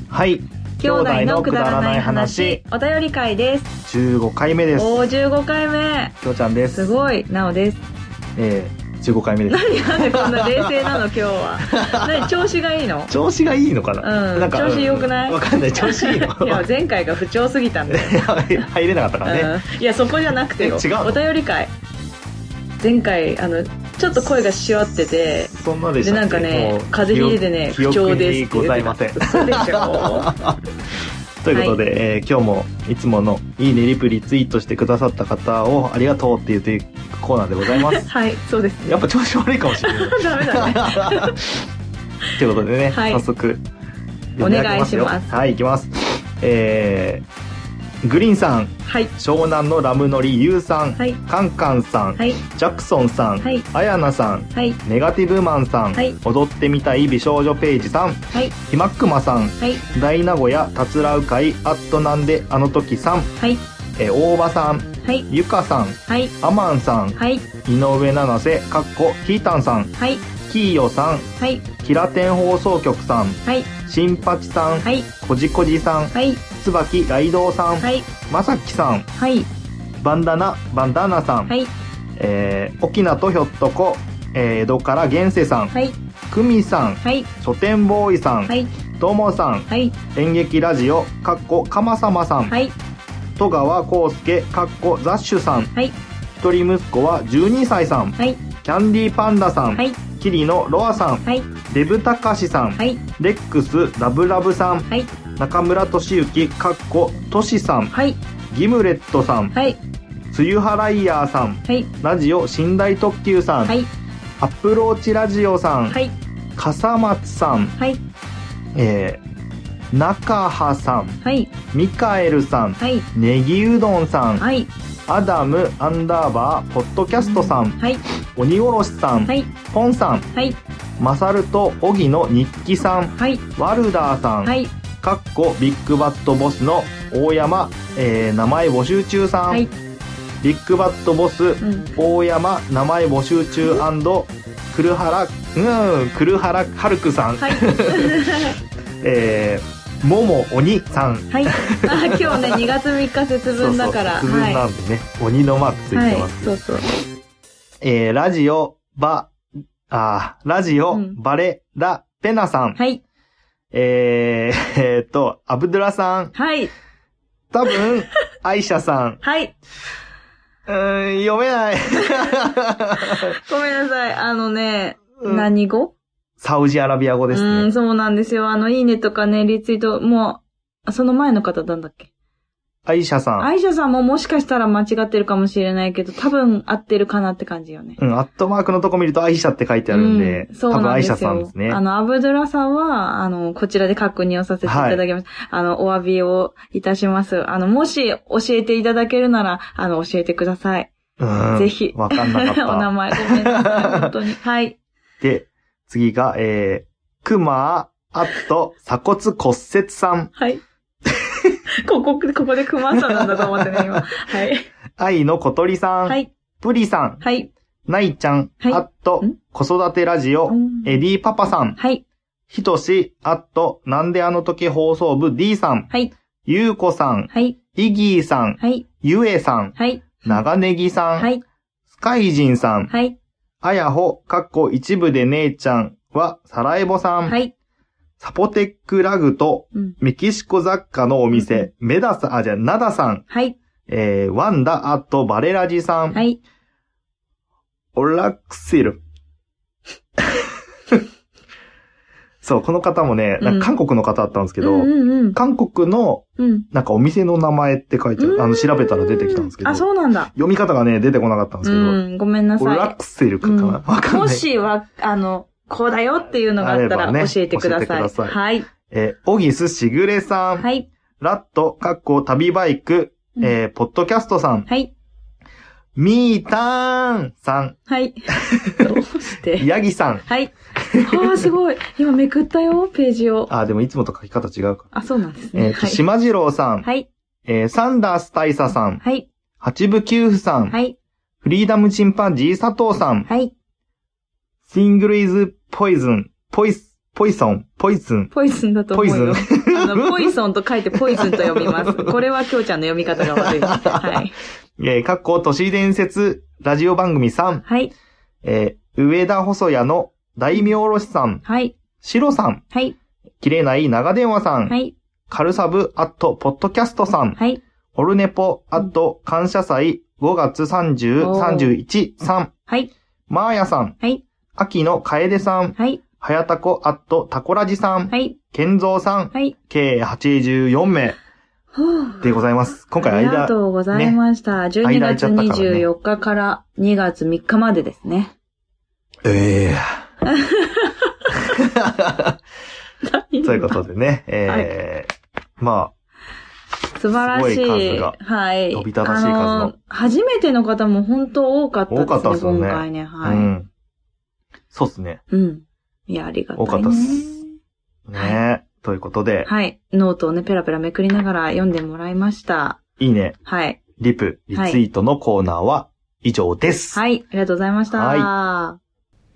はい。 兄弟のくだらない話、お便り会です。 15回目です。 おー、15回目。 きょうちゃんです。 すごい、なおです。 15回目です。 なんでこんな冷静なの今日は。何、調子がいいの？ 調子がいいのかな？ うん。なんか調子良くない？ わかんない。調子いいの？ いや、前回が不調すぎたんだよ。 入れなかったからね。 いや、そこじゃなくてよ。 違う。 お便り会。前回、ちょっと声がしわってて、 そんなでしたっけ？ で、なんかね、風邪ひいてね、不調ですって言ってた。 ございません。 嘘でしょ。 ということで、はい、今日もいつものいいねリプリツイートしてくださった方をありがとうっていうコーナーでございます。 はい、そうですね。 やっぱ調子悪いかもしれない。 ダメだね。 ということでね、はい、早速お願いします。 はい、いきます。グリーンさん、はい、湘南のラムノリユウさん、はい、カンカンさん、はい、ジャクソンさん、はい、アヤナさん、はい、ネガティブマンさん、はい、踊ってみたい美少女ページさん、はい、ひまっくまさん、はい、大名古屋たつらう会アットなんであの時さん、はい、大場さん、はい、ゆかさん、はい、アマンさん、はい、井上七瀬かっこひーたんさん、はい、キーヨさん、はい、キラテン放送局さん、はい、新八さん、はい、こじこじさん、はい、椿ライドウさん、はい、まさきさん、はい、バンダナさん、はい、沖縄とひょっとこ、江戸から現世さん、はい、久美さん、はい、書店ボーイさん、はい、ともさん、はい、演劇ラジオかっこかまさまさん、はい、戸川康介かっこザッシュさん、はい、一人息子は12歳さん、はい、キャンディーパンダさん、はい、キリのロアさん、はい、デブタカシさん、はい、レックスラブラブさん、はい、中村俊之かっこトシさん、はい、ギムレットさん、はい、つゆはライヤーさん、はい、ラジオ寝台特急さん、はい、アップローチラジオさん、はい、笠松さん、はい、中葉さん、はい、ミカエルさん、はい、ネギうどんさん、はい、アダムアンダーバーポッドキャストさん、はい、鬼おろしさん、はい、ポンさん、はい、マサルとオギの日記さん、はい、ワルダーさん、はい、かっこビッグバットボスの大山、名前募集中さん、はい、ビッグバットボス、大山名前募集中&クルハラハルクさん、はい、もも鬼さん、はい、 今日ね2月3日節分だから節分なんでね、はい、鬼のマークついてます、はい、そうそう、ラジオバレラペナさん、はい、アブドゥラさん、はい、多分アイシャさん、はい、読めないごめんなさい、何語？ サウジアラビア語ですね。 そうなんですよ。いいねとかね、リツイート、もう、その前の方なんだっけ？ アイシャさん。 アイシャさんももしかしたら間違ってるかもしれないけど、多分合ってるかなって感じよね。 アットマークのとこ見るとアイシャって書いてあるんで、 そうなんですよ。 多分アイシャさんですね。 アブドゥラさんは、こちらで確認をさせていただきます。はい、お詫びをいたします。もし教えていただけるなら、教えてください。ぜひ。 わかんなかった。 お名前ごめんなさい。本当に。はい。 で、次が、クマ鎖骨骨折さん。はい。 ここでクマさんなんだと思ってね、今。はい。 愛の小鳥さん。はい。プリさん。はい。ないちゃん。はい。子育てラジオ。エディパパさん。はい。ひとし。なんであの時放送部 D さん。はい。ゆうこさん。はい。イギーさん。はい。ゆえさん。はい。長ネギさん。はい。スカイジンさん。はい。あやほ、一部で姉ちゃんは、サラエボさん。はい。サポテックラグと、メキシコ雑貨のお店、ナダさん。はい。ワンダバレラジさん。はい。オラクセル。そう、この方もね、なんか韓国の方だったんですけど、韓国の、なんかお店の名前って書いてある。調べたら出てきたんですけど。 あ、そうなんだ。 読み方がね、出てこなかったんですけど。 ごめんなさい。 オラクセルかな、わかんない。 もしは、こうだよっていうのがあったら教えてください。はい。 オギスしぐれさん。はい。ラット、旅バイク、ポッドキャストさん。はい。ミーターンさん。はい。どうしてヤギさん。はい。 すごい。今めくったよ、ページを。 でもいつもと書き方違うか。 そうなんですね。 島次郎さん。はい。サンダース大佐さん。はい。八部九夫さん。はい。フリーダムチンパンジー佐藤さん。はい。シングルイズポイズン。ポイソンだと思うよ。ポイズン。 ポイソンと書いてポイズンと読みます。これはきょうちゃんの読み方が悪い。はい。 かっこ都市伝説ラジオ番組さん。 はい。 上田細谷の大名おろしさん。 はい。 シロさん。 はい。 切れない長電話さん。 はい。 カルサブアットポッドキャストさん。 はい。 オルネポアット感謝祭5月30、31さん。 はい。 マーヤさん。 はい。 秋の楓さん。 はい。 はやたこアットタコラジさん。 はい。 ケンゾーさん。 はい。 計84名でございます。今回ありがとうございました。ね、12月24日から2月3日までですね。そういうことでね。まあ。 素晴らしい。 すごい数が。 はい。 飛び立たしい数の。 初めての方も本当多かったですね。 多かったですね。 今回ね。はい。うん。 そうですね。 うん。いや、ありがたいね。 多かったです。ね、はい、ということで。 はい。ノートをね、ペラペラめくりながら読んでもらいました。 いいね。 はい。 リツイートのコーナーは以上です。 はい。ありがとうございました。はい。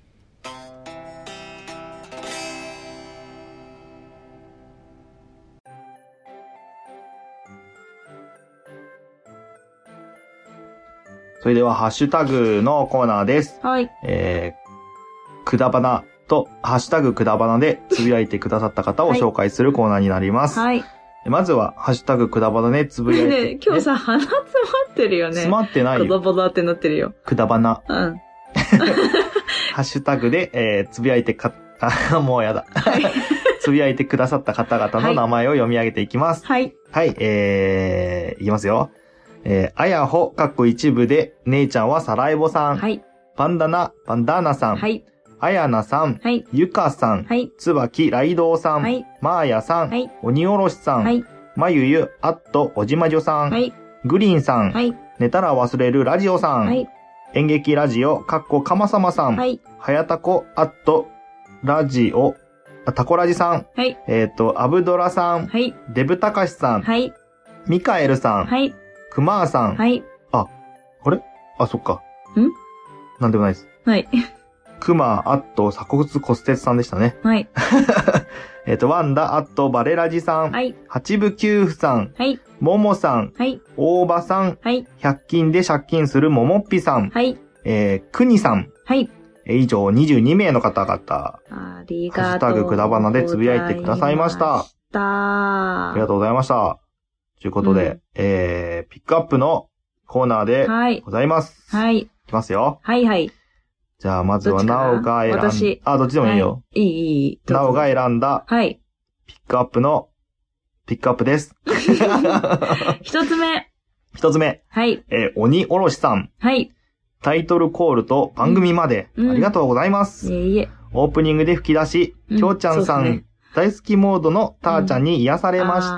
それでは、ハッシュタグのコーナーです。 はい。 くだばなと、ハッシュタグくだばなでつぶやいてくださった方を紹介するコーナーになります。 はい。 まずは、ハッシュタグくだばなでつぶやいて。 ね、今日さ、鼻詰まってるよね。 詰まってないよ。 くだばなってなってるよ。 くだばな。 うん。 ハッシュタグで、つぶやいてもうやだ。はい。つぶやいてくださった方々の名前を読み上げていきます。 はい。 はい、いきますよ。あやほ、一部で、姉ちゃんはサラエボさん。 はい。 バンダナさん。 はい。 あやなさん。 はい。 ゆかさん。 はい。 つばきライドウさん。 はい。 まーやさん。 はい。 鬼おろしさん。 はい。 まゆゆ、おじまじょさん。 はい。 グリーンさん。 はい。 寝たら忘れるラジオさん。 はい。 演劇ラジオ、かまさまさん。 はい。 はやたこ、ラジオ、タコラジさん。 はい。 アブドラさん。 はい。 デブタカシさん。 はい。 ミカエルさん。 はい。 クマーさん。 はい。 あれそっか。なんでもないです。 はい。 クマ鎖骨骨折さんでしたね。 はい。 ワンダバレラジさん。 はい。 八部九夫さん。 はい。 ももさん。 はい。 大場さん。 はい。 100均で借金するももっぴさん。 はい。 くにさん。 はい。 以上22名の方々。 ありがとう。 ハッシュタグくだばなでつぶやいてくださいました。ありがとうございました。ということで、ピックアップのコーナーでございます。 はい。 いきますよ。 はいはい。 じゃあ、まずは、なおが選んだ。 私。 どっちでもいいよ。 いい。 なおが選んだ。 はい。 ピックアップです。 一つ目。はい。 鬼おろしさん。 はい。 タイトルコールと番組まで、ありがとうございます。 いえ。 オープニングで吹き出し、きょうちゃんさん、大好きモードのたーちゃんに癒されました。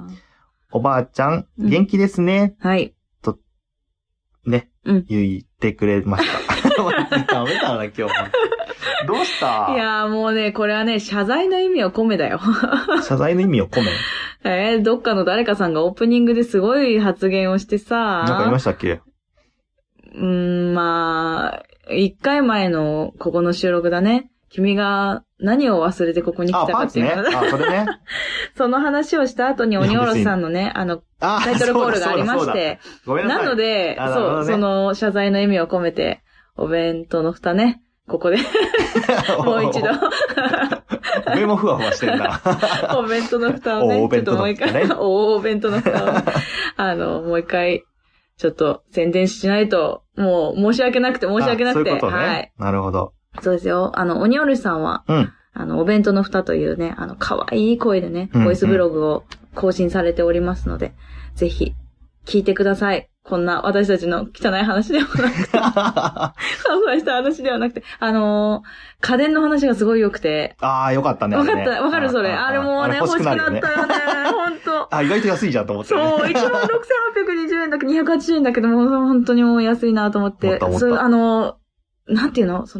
おばあちゃん、元気ですね。 はい。 ね。言ってくれました。ダメだな、今日。どうした？ いやもうね、これはね、謝罪の意味を込めだよ。 謝罪の意味を込め？ どっかの誰かさんがオープニングですごい発言をしてさ。 なんか言いましたっけ？ まあ、1回前のここの収録だね。君が何を忘れてここに来たかっていう話。 それね。 その話をした後に鬼おろしさんのね、タイトルコールがありまして。 ごめんなさい。 なので、そう、その謝罪の意味を込めて、お弁当の蓋ね、ここで、もう一度。 上もふわふわしてるな。 お弁当の蓋をね、ちょっともう一回、お弁当の蓋を、もう一回、ちょっと宣伝しないと、もう申し訳なくて。 そういうことね。はい。なるほど。 そうですよ。鬼おろしさんは、お弁当の蓋というね、可愛い声でね、ボイスブログを更新されておりますので、ぜひ、聞いてください。こんな私たちの汚い話ではなくて、乾燥した話ではなくて、家電の話がすごい良くて。 よかったね。 わかるそれ。あれもね、欲しくなったよね。ほんと。 意外と安いじゃんと思って。 そう、16,820円だけど、280円だけども、本当にもう安いなと思って。なんていうの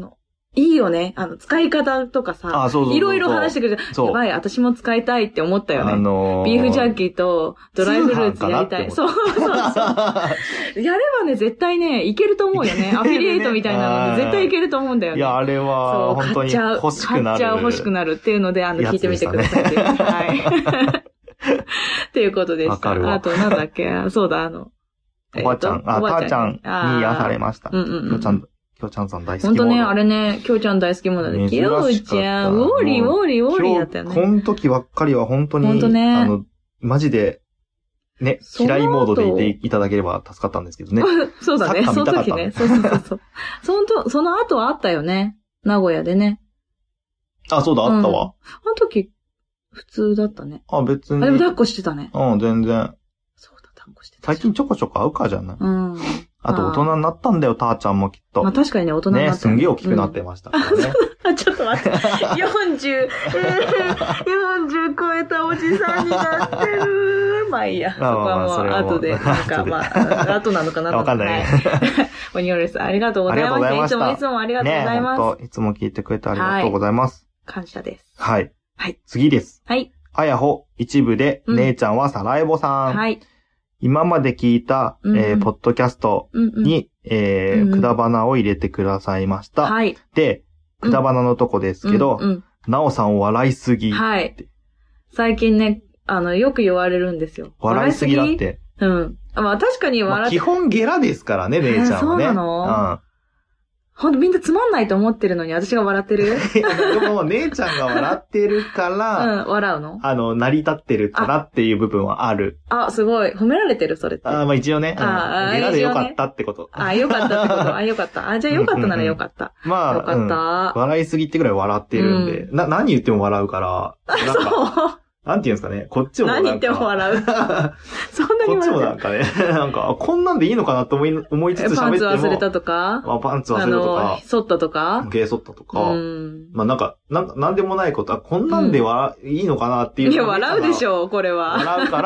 いいよね。使い方とかさ、いろいろ話してくれて、やばい、私も使いたいって思ったよね。ビーフジャーキーとドライフルーツやりたい。そう。やればね、絶対ね、いけると思うよね。アフィリエイトみたいなので、絶対いけると思うんだよね。 いや、あれは、本当に欲しくなる。 欲しくなるっていうので、聞いてみてください。はい。っていうことでした。あと、なんだっけ、そうだ、 おばあちゃん、たーちゃんに癒されました。きょうちゃんさん大好きモード。 ほんとね、あれね、きょうちゃん大好きモードで。きょうちゃん、ウォーリーだったよね。 この時ばっかりは本当に、マジで、ね、嫌いモードでいていただければ助かったんですけどね。 そうだね、その時ね。そう。その後はあったよね。名古屋でね。 あ、そうだ、あったわ。 あの時、普通だったね。 あ、別に。 でも抱っこしてたね。 全然。 そうだ、抱っこしてた。 最近ちょこちょこ会うかじゃない。あと大人になったんだよ、たーちゃんもきっと。 まあ確かにね、大人になった。 ね、すんげえ大きくなってましたからね。 ちょっと待って。40超えたおじさんになってる。まあいいや。そこはもう後で、後なのかなと。 わかんない。 おにおるさん、ありがとうございました。いつもありがとうございます。 いつも聞いてくれてありがとうございます。 感謝です。 はい。次です。 はい。 あやほ、一部で、姉ちゃんはサラエボさん。 はい。 今まで聞いた、ポッドキャストに、くだばなを入れてくださいました。 はい。 で、くだばなのとこですけど、なおさん笑いすぎ。 はい。最近ね、よく言われるんですよ。 笑いすぎだって。 まあ確かに基本ゲラですからね、姉ちゃんはね。 そうなの？ほんとみんなつまんないと思ってるのに私が笑ってるでも、姉ちゃんが笑ってるから、 笑うの？ 成り立ってるからっていう部分はある。 すごい。褒められてる、それって。 まあ一応ね。ゲラでよかったってこと。 よかったってこと。よかった。じゃあよかったならよかった。 まあ、 よかった。 笑いすぎってぐらい笑ってるんで、何言っても笑うから、 そう。 なんて言うんですかね、こっちも何言っても笑う。そんなに笑う。 こっちもなんかね、こんなんでいいのかなと思いつつ喋っても。 パンツ忘れたとかパンツ忘れたとか。 剃ったとか毛剃ったとか。まあなんでもないことは、こんなんでいいのかなっていう。 いや、笑うでしょ、これは。 笑うから、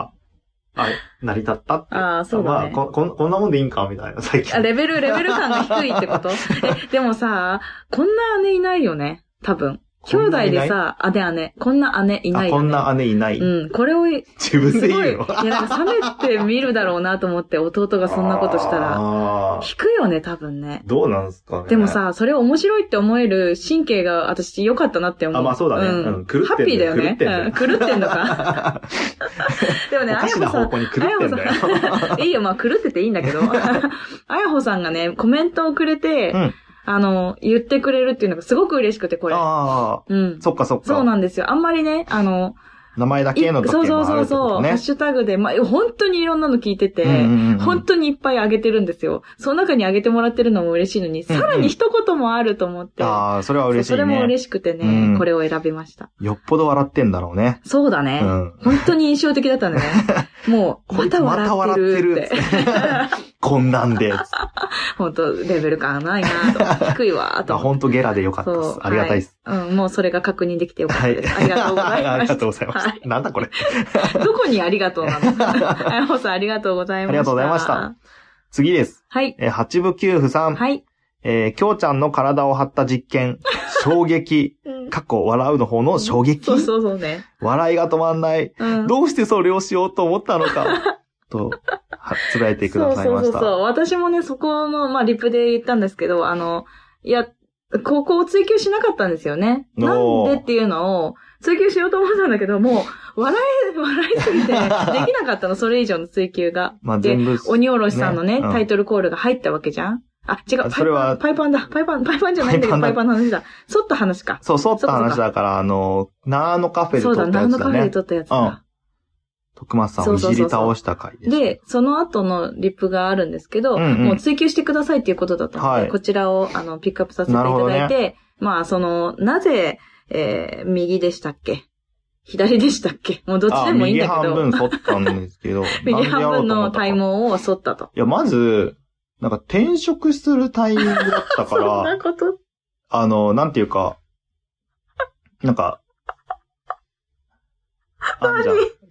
成り立ったって。 そうだね。 まあ、こんなもんでいいんかみたいな、最近。 レベル感が低いってことでもさ、こんな姉いないよね、多分。兄弟でさ、姉。こんな姉いないよね。 こんな姉いない。 これを、 自分で言うの？ いや、冷めて見るだろうなと思って、弟がそんなことしたら。引くよね、多分ね。 どうなんすかね。 でもさ、それを面白いって思える神経が私良かったなって思う。 まあそうだね。 狂ってんハッピーだよね。狂ってんのか。でもね、 おかしな方向に狂ってんだよ。 いいよ、まあ狂ってていいんだけど。あやほさんがね、コメントをくれて、言ってくれるっていうのがすごく嬉しくて、これ。 そっか。 そうなんですよ。あんまりね、 名前だけの時もあるってことね。 そう。ハッシュタグで、本当にいろんなの聞いてて、本当にいっぱいあげてるんですよ。その中にあげてもらってるのも嬉しいのに、さらに一言もあると思って。 それは嬉しいね。 それも嬉しくてね、これを選びました。 よっぽど笑ってんだろうね。 そうだね。本当に印象的だったんだね。もう、また笑ってるって。 こんなんで。 本当レベル感ないなと。低いわと。 本当ゲラでよかったです。ありがたいです。 もうそれが確認できてよかったです。ありがとうございます。 ありがとうございます。なんだこれ。 どこにありがとうなの？あやほさんありがとうございました。 ありがとうございました。次です。 はい。 八部九夫さん。 はい。 きょうちゃんの体を張った実験。衝撃。笑うの方の衝撃。 そうね。 笑いが止まんない。どうしてそれをしようと思ったのか。と、つぶやいてくださいました。 そう。私もね、そこの、リプで言ったんですけど、いや、ここを追求しなかったんですよね。なんでっていうのを追求しようと思ったんだけど、もう、笑いすぎて、できなかったの、それ以上の追求が。 全部。 鬼おろしさんのね、タイトルコールが入ったわけじゃん？違う。 それはパイパンだ。パイパンじゃないんだけど、パイパンの話だ。剃った話か。 そう、剃った話だから、ナーノカフェで撮ったやつだね。そうだ、ナーノカフェで撮ったやつだ。 徳松さんをいじり倒した回です。 で、その後のリップがあるんですけど、もう追求してくださいっていうことだったので、こちらをピックアップさせていただいて、なぜ、右でしたっけ？左でしたっけ？もうどっちでもいいんだけど。 右半分剃ったんですけど。 右半分の体毛を剃ったと。 いや、まず、転職するタイミングだったから、 そんなこと？ なんていうか、あんじゃん。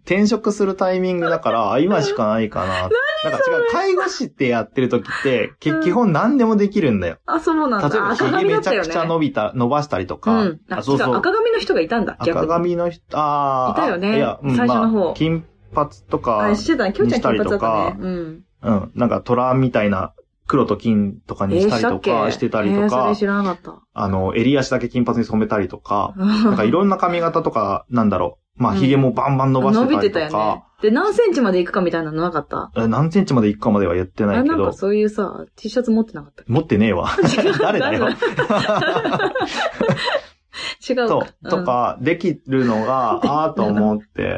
転職するタイミングだから、今しかないかな。なんか違う、介護士ってやってる時って、基本何でもできるんだよ。 あ、そうなんだ。 例えば、髭めちゃくちゃ伸ばしたりとか。 そうそう。赤髪の人がいたんだ、 逆に。赤髪の人、いたよね。いや、最初の方。 金髪とか。 してたね。きょうちゃん金髪だったね。 なんか虎みたいな黒と金とかにしたりとかしてたりとか。 それ知らなかった。 襟足だけ金髪に染めたりとか。なんかいろんな髪型とか、なんだろう。まあ、髭もバンバン伸ばしてたりとか。伸びてたよね。 で、何センチまで行くかみたいなのなかった？ 何センチまで行くかまでは言ってないけど。 なんかそういうさ、T シャツ持ってなかった？ 持ってねえわ。誰だよ。 違うか。 とか、できるのが、と思って。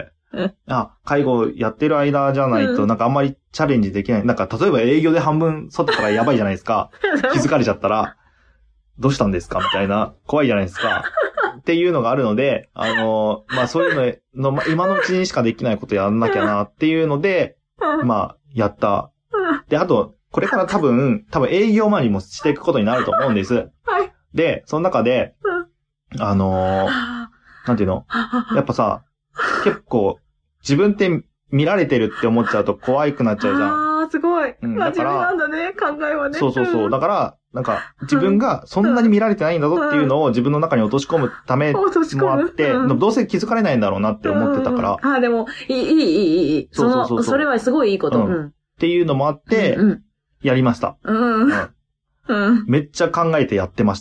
介護やってる間じゃないと、なんかあんまりチャレンジできない。なんか、例えば営業で半分外からやばいじゃないですか。気づかれちゃったら、どうしたんですかみたいな。怖いじゃないですか。っていうのがあるので、まあ、そういうの今のうちにしかできないことやんなきゃなっていうので、まあ、やった。で、あと、これから多分営業周りもしていくことになると思うんです。はい。で、その中で、なんていうの？やっぱさ、結構、自分って見られてるって思っちゃうと怖くなっちゃうじゃん。 すごい。真面目なんだね、考えはね。 そう。だから、なんか、自分がそんなに見られてないんだぞっていうのを自分の中に落とし込むためもあって、どうせ気づかれないんだろうなって思ってたから。 でも、いい。それはすごいいいこと。 っていうのもあって、やりました。めっちゃ考えてやってました。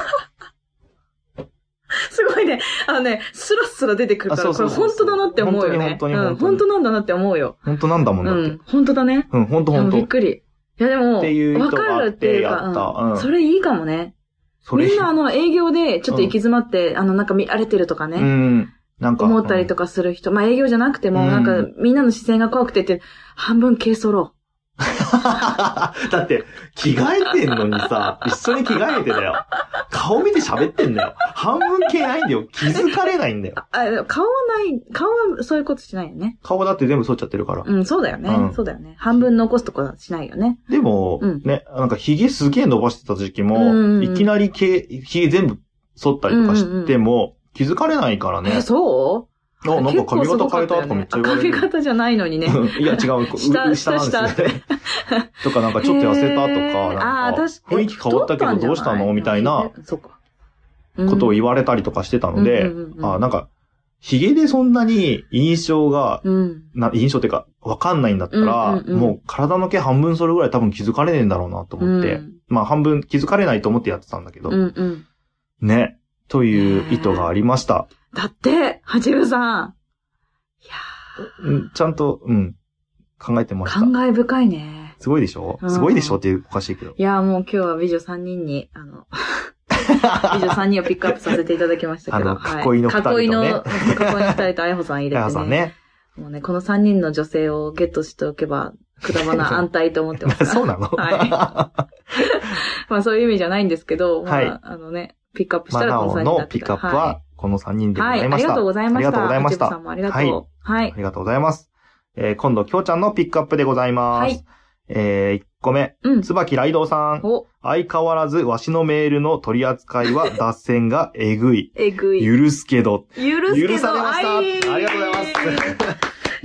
すごいね。スラスラ出てくるから、これ本当だなって思うよね。本当に。本当なんだなって思うよ。 本当なんだもんだって。 本当だね。 本当。 びっくり。いやでも、 わかるっていうか、 それいいかもね。みんな営業でちょっと行き詰まって、なんか見られてるとかね。なんか。思ったりとかする人。まあ営業じゃなくても、なんかみんなの視線が怖くてって、半分軽ソロ。 だって、着替えてんのにさ、一緒に着替えてだよ。顔見て喋ってんだよ。半分系ないんだよ。気づかれないんだよ。 顔はそういうことしないよね。 顔だって全部剃っちゃってるから。 そうだよね。そうだよね。半分残すとこはしないよね。 でも、ね、なんか髭すげえ伸ばしてた時期も、いきなり髭全部剃ったりとかしても、気づかれないからね。 そう？ なんか髪型変えたとかめっちゃ言われる。 髪型じゃないのにね。 いや違う、下なんですよね。とかなんかちょっと痩せたとか、なんか雰囲気変わったけどどうしたのみたいなことを言われたりとかしてたので、なんか、髭でそんなに印象っていうかわかんないんだったら、もう体の毛半分それぐらい多分気づかれねえんだろうなと思って、まあ半分気づかれないと思ってやってたんだけど、ね、という意図がありました。 だって、はじめさん。いやちゃんと、考えてました。 感慨深いね。 すごいでしょ？すごいでしょっておかしいけど。 いや、もう今日は美女3人に、美女3人をピックアップさせていただきましたけど。 囲いの2人とね。囲いの 2人とあやほさん入れてね。 あやほさんね。 もうね、この3人の女性をゲットしておけば、くだばな安泰と思ってます。 そうなの？ はい。まあそういう意味じゃないんですけど、まあ、ピックアップしたらこの3人だった。 のピックアップは、この3人でございました。はい、ありがとうございました。 ありがとうございました。 さんもありがとう。はい。 ありがとうございます。今度、きょうちゃんのピックアップでございます。はい。1個目。椿雷道さん。相変わらず、わしのメールの取り扱いは脱線がえぐい。 えぐい。 許すけど。 許されました。ありがとうございます。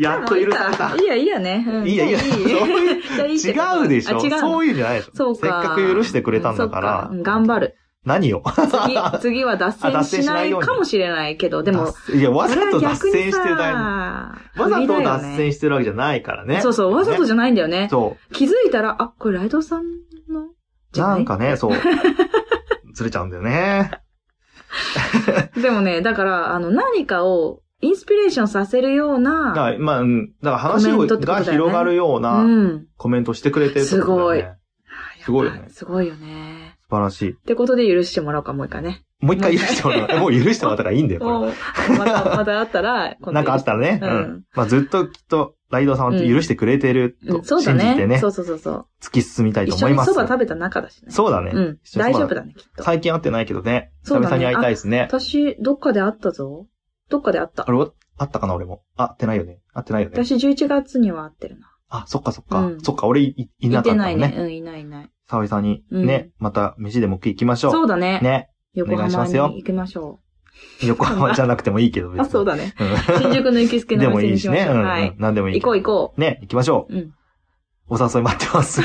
やっと許された。 いいやね。 いいや。違うでしょ。そういうんじゃないでしょ。そうか。せっかく許してくれたんだから。 頑張る。 何を次は脱線しないかもしれないけど、でも。 いや、わざと脱線してるわざと脱線してるわけじゃないからね。 そう、わざとじゃないんだよね。そう。気づいたら、これライドさんのなんかね、そう。ずれちゃうんだよね。 でもね、だから、何かをインスピレーションさせるような。 まあ、だから話が広がるようなコメントしてくれてるってことだよね。すごいよね。 すごいよね。 素晴らしい。 ってことで許してもらおうか、もう一回ね。 もう一回許してもらおう。もう許してもらったらいいんだよ、これ。またあったら、 なんかあったらね。まあずっときっと、ライドさんは許してくれてると信じてね。 そう。 突き進みたいと思います。 一緒に蕎麦食べた仲だしね。 そうだね。 大丈夫だね、きっと。 最近会ってないけどね。久々に会いたいですね。 私、どっかで会ったぞ。どっかで会った。 あれ、会ったかな、俺も。会ってないよね。 私11月には会ってるな。 あ、そっか。そっか、俺いなかったね。 いないね。いない。 沙織さんにね、また飯でも食い行きましょう。 そうだね。横浜に行きましょ横浜じゃなくてもいいけど、別に。 そうだね。新宿の行きつけの店にしましょう。 でもいいしね。はい。何でもいい。 行こう。 ね、行きましょう。お誘い待ってます。い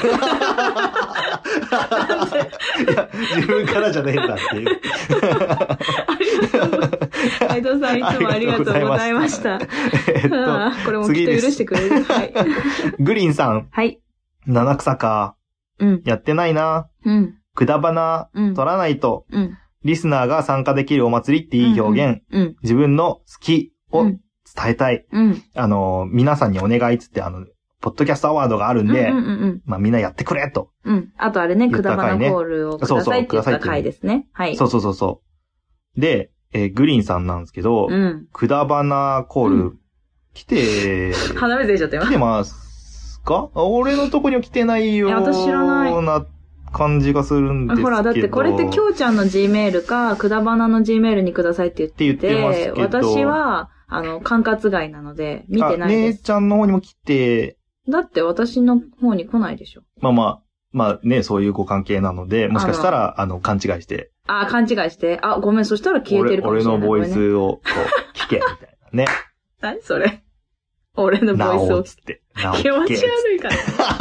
や、自分からじゃねえんだっていう。 斉藤さん、いつもありがとうございました。これもきっと許してくれる。はい。 グリーンさん。 はい。 七草か。やってないな。くだばな。取らないと。リスナーが参加できるお祭りっていい表現。自分の好きを伝えたい。皆さんにお願いっつって、ポッドキャストアワードがあるんで、まあみんなやってくれと。 あとあれね、くだばなコールをくださいって言った回ですね。はい。 そう。で、グリーンさんなんですけど、くだばなコール来て、 鼻水出ちゃったよ。 来てますか？俺のとこには来てないような。 私知らない。 感じがするんですけど。 ほら、だってこれってきょうちゃんの Gmail か、くだばなの Gmail にくださいって言って、私は、管轄外なので、見てないです。 姉ちゃんの方にも来て、 だって私の方に来ないでしょ。 まあね、そういうご関係なので、もしかしたら、勘違いして。 勘違いして。ごめん、そしたら消えてるかもしれない。 俺のボイスを、聞け、みたいなね。 何それ？俺のボイスを。 つって。 気持ち悪いから。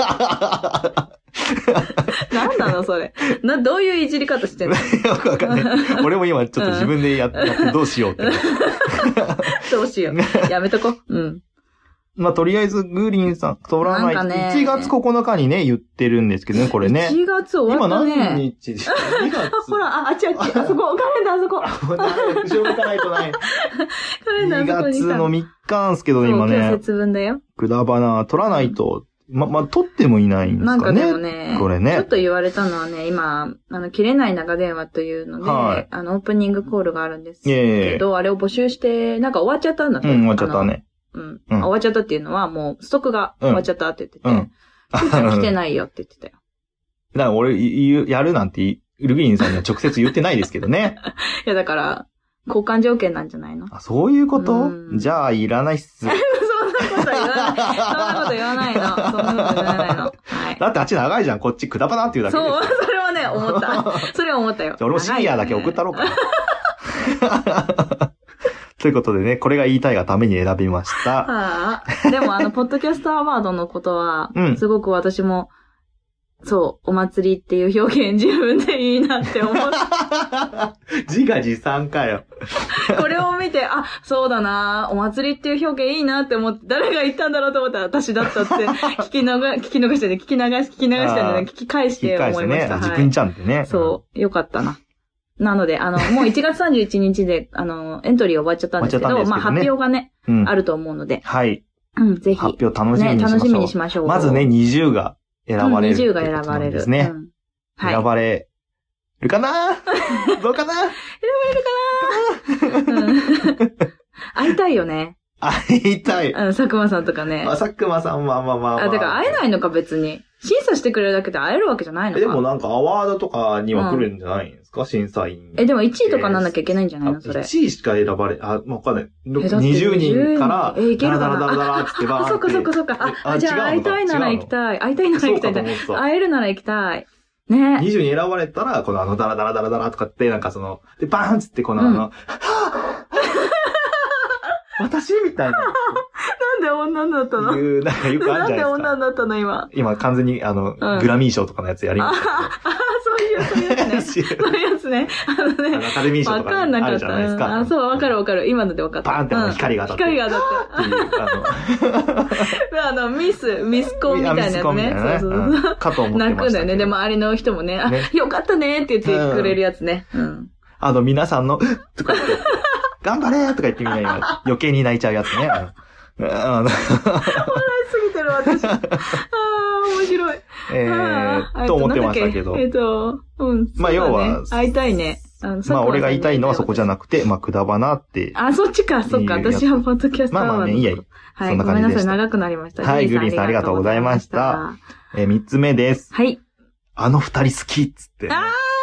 なんなのそれ。どういういじり方してんの？よくわかんない。俺も今ちょっと自分でやってどうしようって。 どうしよう。やめとこ。 まあ、とりあえず、グリーンさん、取らない。1月9日にね、言ってるんですけどね、これね。 1月終わったね。 今何日ですか？ 2 月。 ほら、あっち、あそこ、カレンダーあそこ。 後ろ向かないとない。 カレンダーあそこに。 2月の3日なんですけど、今ね。 今日節分だよ。 くだばな、取らないと。取ってもいないんですかね。 なんかでもね、 これね。 ちょっと言われたのはね、今、切れない長電話というので、オープニングコールがあるんですけど、あれを募集して、なんか終わっちゃったんだって。 終わっちゃったね。 終わっちゃったっていうのは、もう、ストックが終わっちゃったって言ってて、来てないよって言ってたよ。 だから俺、やるなんて、ルギーンさんには直接言ってないですけどね。 いや、だから、交換条件なんじゃないの？ そういうこと？じゃあ、いらないっす。 そんなこと言わないの。 だってあっち長いじゃん。こっちくだばなっていうだけで。 そう、それはね、思った。それは思ったよ。 俺もシニアだけ送ったろうか。ということでね、これが言いたいがために選びました。 でもポッドキャストアワードのことは、すごく私も、そう、お祭りっていう表現自分でいいなって思った。 自画自賛かよ。 これを見て、そうだな、お祭りっていう表現いいなって思って、誰が言ったんだろうと思ったら私だったって、聞き返して思いました。 自分ちゃんってね。 そう、よかったな。なので、もう1月31日で、エントリー終わっちゃったんですけど、まあ発表がね、あると思うので。 はい。 ぜひ。 発表楽しみにしましょう。 楽しみにしましょう。 まずね、20が選ばれる。 20が選ばれる。 ですね。選ばれるかな？どうかな？選ばれるかな？ 会いたいよね。 会いたい。 佐久間さんとかね。 佐久間さんはまあ。 だから会えないのか別に。審査してくれるだけで会えるわけじゃないのか。 でもなんかアワードとかには来るんじゃないんですか、審査員。 でも1位とかなんなきゃいけないんじゃないのそれ。 1位しか選ばれ、わかんない。20人から、 いけるかな。 ダラってばーって。 そっか。じゃあ会いたいなら行きたい。会えるなら行きたい。ね。 20人選ばれたら、このダラとかって、なんかで、バーンつってこの私みたいな。 なんで女になったの？ なんかよくあるじゃないですか。 なんで女になったの今。 今完全にグラミー賞とかのやつやりましたけど。 そういうやつね。そういうやつね。 アカデミー賞とかあるじゃないですか。 そう、わかる。今のでわかった。 バーンって光が当たって。 ミスコンみたいなやつね。そう。 かと思ってました。 泣くんだよね。で、周りの人もね、よかったねって言ってくれるやつね。 皆さんの、とか言って。頑張れーとか言ってみんな余計に泣いちゃうやつね。 笑いすぎてる私。面白い。 と思ってましたけど。まあ要は、 会いたいね。 まあ俺が言いたいのはそこじゃなくて、くだばなって。 そっちか、そっか。私はポッドキャストアワード。 まあね、いいや。 はい、ごめんなさい、長くなりました。 はい、グリーンさんありがとうございました。3つ目です。 はい。 2人好きっつって。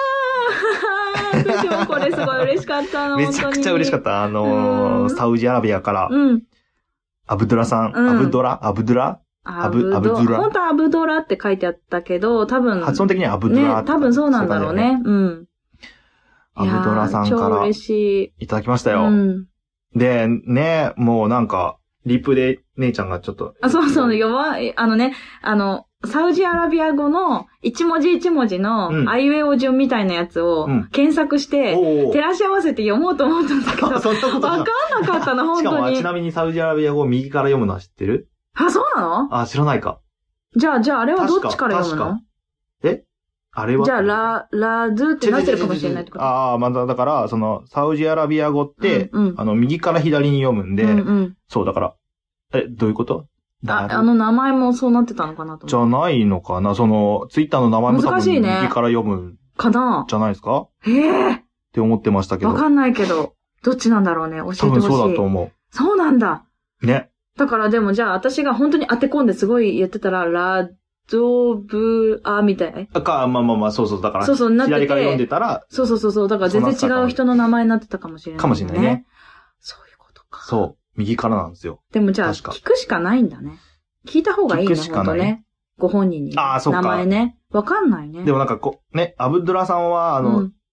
私もこれすごい嬉しかったの。 めちゃくちゃ嬉しかった。サウジアラビアから、アブドラさん、アブドラ本当はアブドラって書いてあったけど、多分。 発音的にはアブドラ。 多分そうなんだろうね。 アブドラさんから超嬉しいただきましたよ。で、ね、もうなんか、リプで姉ちゃんがちょっと。 そう、弱い、サウジアラビア語の一文字一文字のアイウェイオ順みたいなやつを検索して、照らし合わせて読もうと思ったんだけど、わかんなかったの、本当に。 しかも、ちなみにサウジアラビア語を右から読むのは知ってる？ そうなの？知らないか。 じゃああれはどっちから読むの？ あれはじゃあ、ラズーってなってるかもしれないってこと？ まだ、だから、サウジアラビア語って、右から左に読むんで、そう、だから、どういうこと？ 名前もそうなってたのかなと思って。 じゃないのかな？ツイッターの名前も多分右から読む。 かな？ じゃないですか？ って思ってましたけど。 わかんないけど、どっちなんだろうね。教えてほしい。 多分そうだと思う。 そうなんだ。 ね。 だからでもじゃあ私が本当に当て込んですごい言ってたら、ラドブアみたい。 まあ、そう、だから、 なってて左から読んでたら、 そう、だから全然違う人の名前になってたかもしれない、 かもしれないね。 そういうことか。 そう、右からなんですよ。 でもじゃあ、聞くしかないんだね。聞いた方がいいね、本当ね。ご本人に。 そうか。 名前ね。わかんないね。 でもなんかアブドゥラさんは、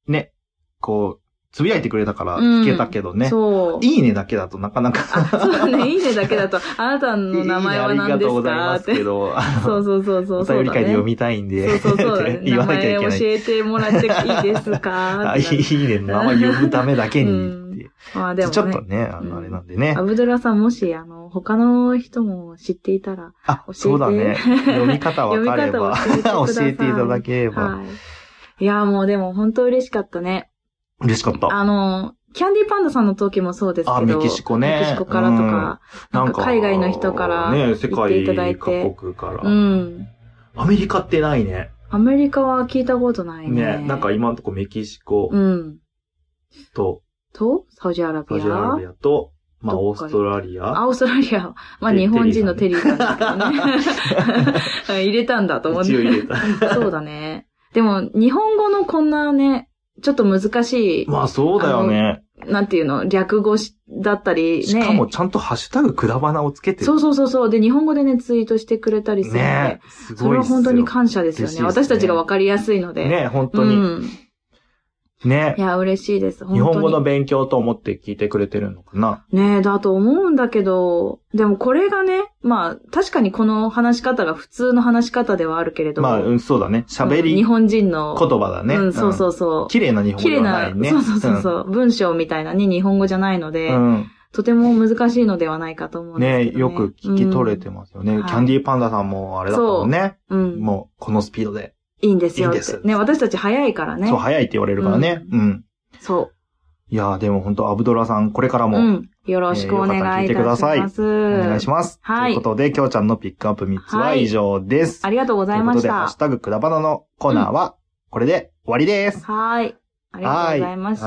つぶやいてくれたから聞けたけどね。そう。いいねだけだとなかなか。 そうだね、いいねだけだと、あなたの名前は何ですか？ありがとうございますけど、 そう。 お便り会で読みたいんで。 そう。言わなきゃいけない。名前教えてもらっていいですか？ いいね、名前呼ぶためだけにって。 でもちょっとね、あれなんでね。 アブドゥラさんもし、他の人も知っていたら、教えて。 そうだね。読み方わかれば、教えていただければ。 いや、もうでも本当嬉しかったね。 嬉しかった。 キャンディーパンダさんの時もそうですけど。 メキシコね。 メキシコからとか、なんか海外の人からね、世界いただいて。 各国から。アメリカってないね。 アメリカは聞いたことないね。 なんか今のとこメキシコと、 サウジアラビアと、オーストラリア。 オーストラリア。日本人のテリーさんだけどね。入れたんだと思って。 一応入れた。 そうだね。でも、日本語のこんなね、ちょっと難しい。 そうだよね。 なんていうの、略語だったりね。 しかもちゃんとハッシュタグくだばなをつけてる。 そう。で、日本語でね、ツイートしてくれたりするので。ね、すごいですよ。それは本当に感謝ですよね。私たちがわかりやすいので。 ね、本当に。ね。 いや、嬉しいです。 日本語の勉強と思って聞いてくれてるのかな。 ねえ、だと思うんだけど、でもこれがね、確かにこの話し方が普通の話し方ではあるけれど。 そうだね。喋り。 日本人の。 言葉だね。 そう。 綺麗な日本語ではないね。 そう。文章みたいなね、日本語じゃないので、とても難しいのではないかと思うんですけどね。 よく聞き取れてますよね。キャンディーパンダさんもあれだったもんね。もう、このスピードで。 いいんですよ。いいんです。ね、私たち早いからね。 そう、早いって言われるからね。 そう。 いやでも本当アブドラさん、これからも。 よろしくお願いいたします。 お願いします。ということで、きょうちゃんのピックアップ3つは以上です。 ありがとうございました。ということで、 ハッシュタグくだばなのコーナーは、これで終わりです。 はい。ありがとうございました。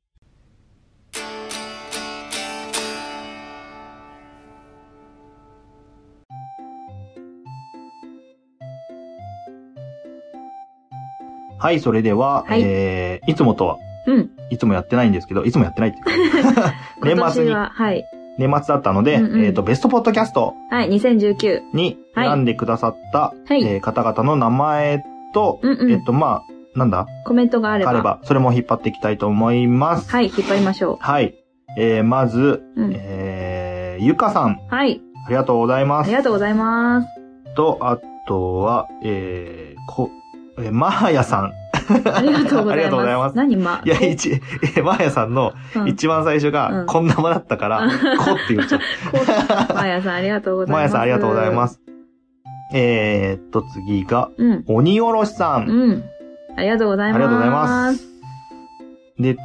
はい、それでは、いつもとは、いつもやってないんですけど、いつもやってないっていうか、年末に、年末だったので、ベストポッドキャスト。 はい、2019。 に選んでくださった、方々の名前と、なんだコメントがあれば。 それも引っ張っていきたいと思います。 はい、引っ張りましょう。 はい。まず、ゆかさん。 はい。 ありがとうございます。 ありがとうございます。 と、あとは、マーヤさん。 ありがとうございます。 ありがとうございます。 何マーヤさんの一番最初が、こんなもだったから、こって言っちゃった。 マーヤさんありがとうございます。 マーヤさんありがとうございます。次が、鬼おろしさん。 ありがとうございます。 ありがとうございます。で、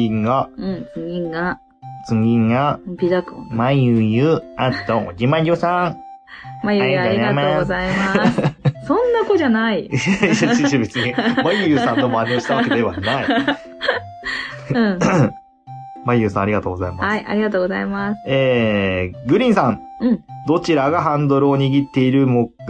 次が、 ピザコン。 まゆゆ、あと、おじまじょさん。 まゆゆありがとうございます。そんな子じゃない。 別に、まゆゆさんの真似をしたわけではない。まゆゆさんありがとうございます。 はい、ありがとうございます。 グリーンさん。どちらがハンドルを握っている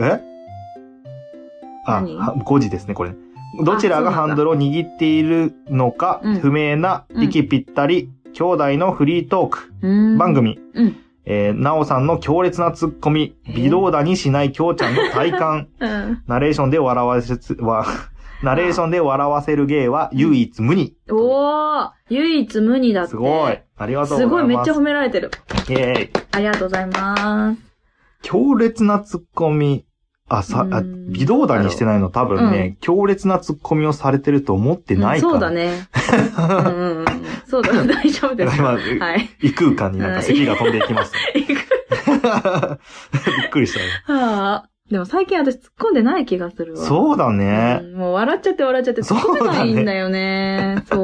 5時ですね、これ。どちらがハンドルを握っているのか、不明な、息ぴったり、兄弟のフリートーク、番組。なおさんの強烈なツッコミ、微動だにしないきょうちゃんの体感、ナレーションで笑わせつナレーションで笑わせる芸は唯一無二。 おー、唯一無二だって。 すごい。ありがとうございます。 すごい、めっちゃ褒められてる。 イェーイ。 ありがとうございます。 強烈なツッコミ。微動だにしてないの多分ね、強烈なツッコミをされてると思ってないから。 そうだね。そうだ、大丈夫です。 今、異空間になんか咳が飛んでいきます。びっくりしたね。 でも最近私突っ込んでない気がするわ。 そうだね。 もう笑っちゃって突っ込めないんだよね。そう。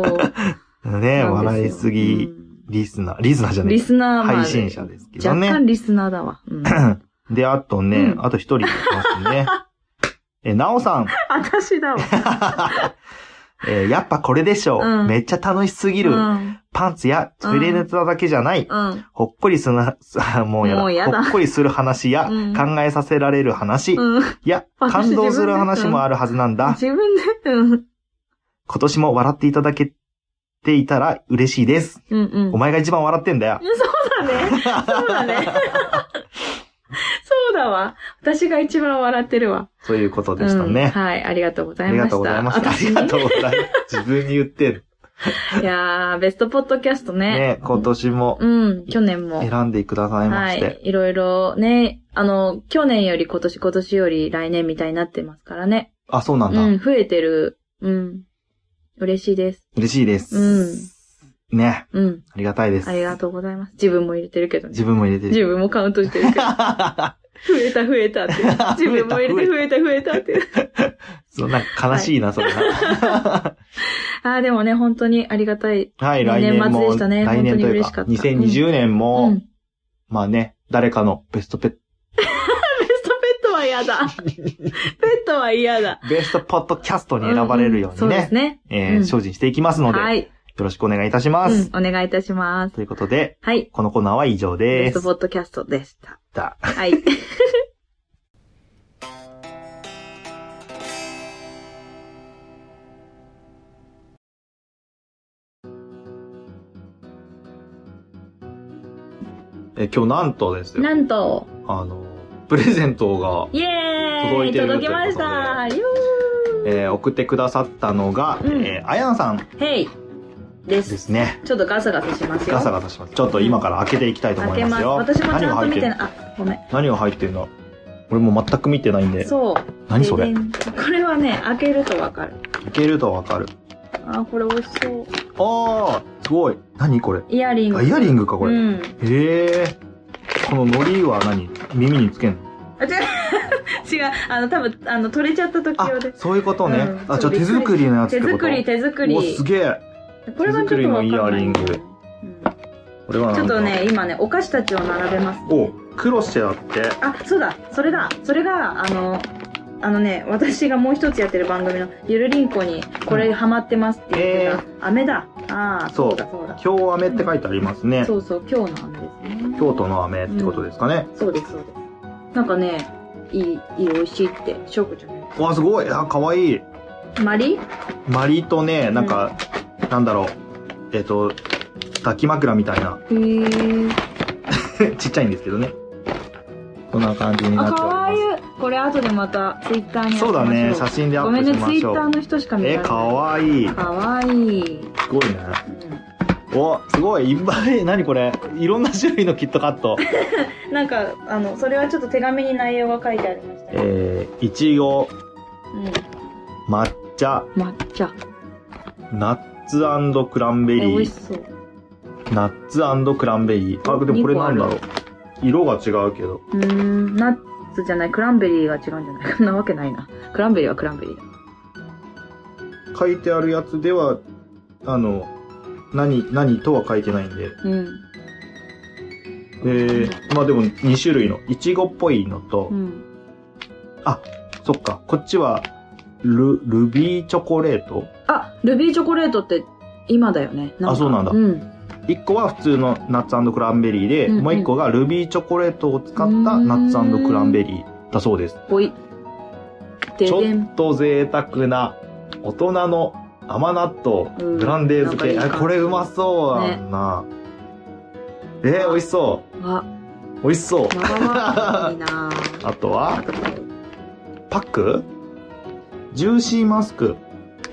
ね、笑いすぎ、リスナーじゃない。 リスナー配信者ですけどね。 若干リスナーだわ。 で、あとね、あと一人いますね。なおさん。 私だわ。 やっぱこれでしょう。めっちゃ楽しすぎる。パンツやトイレネタだけじゃない。ほっこりする、もうやだ。ほっこりする話や、考えさせられる話。や、感動する話もあるはずなんだ。 自分で。 今年も笑っていただけていたら嬉しいです。お前が一番笑ってんだよ。 そうだね。そうだわ。私が一番笑ってるわ。 そういうことでしたね。 はい、ありがとうございました。 ありがとうございました。ありがとうございます。自分に言ってる。 いやー、ベストポッドキャストね。 ね、今年も。 去年も。 選んでくださいまして。はい。 いろいろね、去年より今年より来年みたいになってますからね。 あ、そうなんだ。 増えてる。嬉しいです。 嬉しいです。ね。ありがたいです。 ありがとうございます。自分も入れてるけどね。 自分も入れてる。 自分もカウントしてるけど。増えたって。自分も入れて増えたって。 そう、なんか悲しいな、それな。でもね、本当にありがたい。 はい、来年も。 年末でしたね。本当に嬉しかった。 2020年も、まあね、誰かのベストペット。 ベストペットは嫌だ。ペットは嫌だ。 ベストポッドキャストに選ばれるようにね。そうですね。精進していきますので。はい。よろしくお願いいたします。 お願いいたします。 ということで、はい。このコーナーは以上です。 ベストポッドキャストでした。はい。 今日なんとですよ。 なんと。 プレゼントが届いてるということで。 届きました。 送ってくださったのが、あやなさん。 へい。ですね。ちょっとガサガサしますよ。 ガサガサします。ちょっと今から開けていきたいと思いますよ。 私もちゃんと見てない。ごめん。 何が入ってんの？俺も全く見てないんで。 そう。 何それ？ これはね、開けるとわかる。 開けるとわかる。 これ美味しそう。 すごい。何これ？ イヤリング。 イヤリングか、これ。へえ。この海苔は何？耳につけんの？ 違う。多分、取れちゃった時用で。 そういうことね。じゃあ手作りのやつってこと？ 手作り。 お、すげえ。 これはちょっとわかんない。手作りのイヤリング。 これはちょっとね、今ね、お菓子たちを並べます。 クロシェだって。 そうだ、それだ。それが、ね、私がもう一つやってる番組のゆるりんこにこれハマってますって言ってた。飴だ。そうだ。 京飴って書いてありますね。 そうそう、京の飴ですね。 京都の飴ってことですかね。 そうです。なんかね、美味しいって、しょうこちゃん。 わ、すごい。かわいい。 マリとね、なんか、なんだろう。抱き枕みたいな。ちっちゃいんですけどね。こんな感じになっております。かわいい。 これ後でまたツイッターにアップしましょう。 そうだね、写真でアップしましょう。 ごめんね、ツイッターの人しか見ない。 かわいい。 かわいい。 すごいね。すごい、いっぱい、何これ。いろんな種類のキットカット。 なんか、それはちょっと手紙に内容が書いてありましたね。 いちご、抹茶、ナッツ&クランベリー。 美味しそう。 ナッツ&クランベリー。でもこれなんだろう。色が違うけど。 ナッツじゃない、クランベリーが違うんじゃないかなわけないな。クランベリーはクランベリーだ。 書いてあるやつでは、何とは書いてないんで。まあでも2種類の、いちごっぽいのと、そっか、こっちは、ルビーチョコレート？ ルビーチョコレートって今だよね。 そうなんだ。1個は普通のナッツ&クランベリーで、もう1個がルビーチョコレートを使ったナッツ&クランベリーだそうです。ちょっと贅沢な大人の甘納豆、ブランデー漬け。これうまそうだな。美味しそう。美味しそう。いいな。あとは、パック？ジューシーマスク。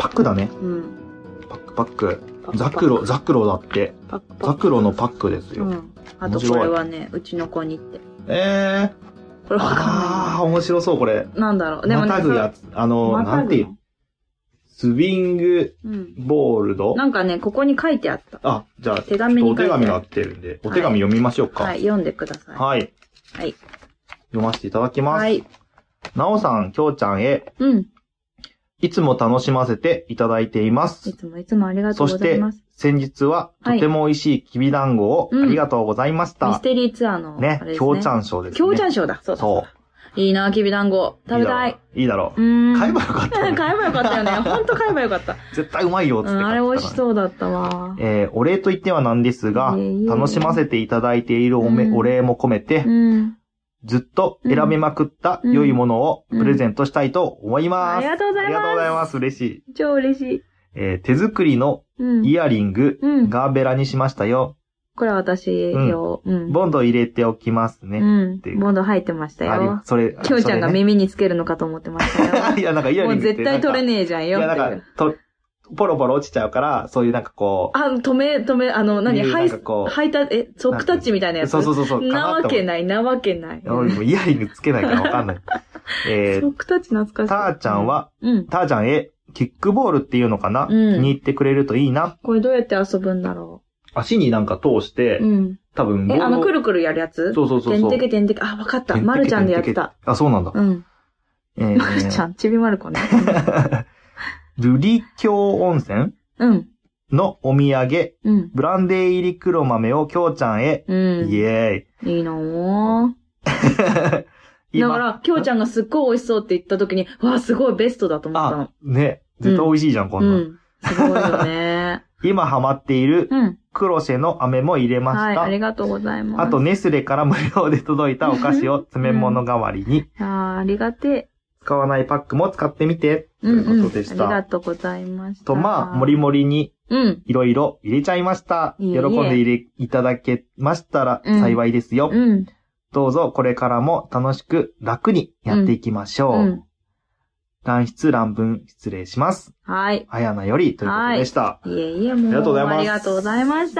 パックだね。 うん。 パック。ザクロだって。ザクロのパックですよ。うん。 あとこれはね、うちの子にって。これわかんない。 ああ、面白そう、これ。 なんだろう。でもね。 またぐやつ。なんていう。スウィングボールド、 なんかね、ここに書いてあった。 あ、じゃあ、 手紙に書いてある。 お手紙があってるんで、お手紙読みましょうか。 はい、読んでください。 はい。 はい。 読ませていただきます。 はい。 なおさん、きょうちゃんへ。 うん。 いつも楽しませていただいています。 いつもありがとうございます。 そして、先日は、とても美味しいきびだんごをありがとうございました。 ミステリーツアーの。 ね、きょうちゃん賞ですね。 きょうちゃん賞だ。そう。いいな、きびだんご。食べたい。 いいだろう。買えばよかった。 買えばよかったよね。ほんと買えばよかった。 絶対うまいよ、つって。 あれ美味しそうだったわ。 お礼と言ってはなんですが、楽しませていただいているお礼も込めて、ずっと選びまくった良いものをプレゼントしたいと思います。 ありがとうございます。 ありがとうございます。嬉しい。 超嬉しい。 手作りのイヤリング、ガーベラにしましたよ。 これは私用。 ボンド入れておきますね。 ボンド入ってましたよ。 それ。 きょうちゃんが耳につけるのかと思ってましたよ。 いや、なんかイヤリングって。 もう絶対取れねえじゃんよ。 いや、なんか、ポロポロ落ちちゃうから、そういうなんかこう。 止め、履いた、ソックタッチみたいなやつ。 そう。 なわけない。 イヤリングつけないからわかんない。 ソックタッチ懐かしい。 ターちゃんは、ターちゃんへ、キックボールっていうのかな、気に入ってくれるといいな。 これどうやって遊ぶんだろう。足になんか通して、多分くるくるやるやつ。 そう。 てんてけ。あ、わかった。まるちゃんでやってた。 あ、そうなんだ。 まるちゃん、ちびまる子ね。 瑠璃峡温泉のお土産、ブランデー入り黒豆をきょうちゃんへ、イエーイ。 いいなぁ。だから、きょうちゃんがすっごい美味しそうって言った時に、わあ、すごいベストだと思ったの。 ね。絶対美味しいじゃん、こんな。すごいよね。 今ハマっている、クロシェの飴も入れました。はい、 ありがとうございます。 あと、ネスレから無料で届いたお菓子を詰め物代わりに。 ありがてえ。 使わないパックも使ってみて。ということでした。 ありがとうございました。 と、もりもりに、いろいろ入れちゃいました。喜んでいただけましたら幸いですよ。どうぞこれからも楽しく楽にやっていきましょう。乱筆乱文失礼します。 はい。 あやなよりということでした。 いえ、もう。ありがとうございます。ありがとうございました。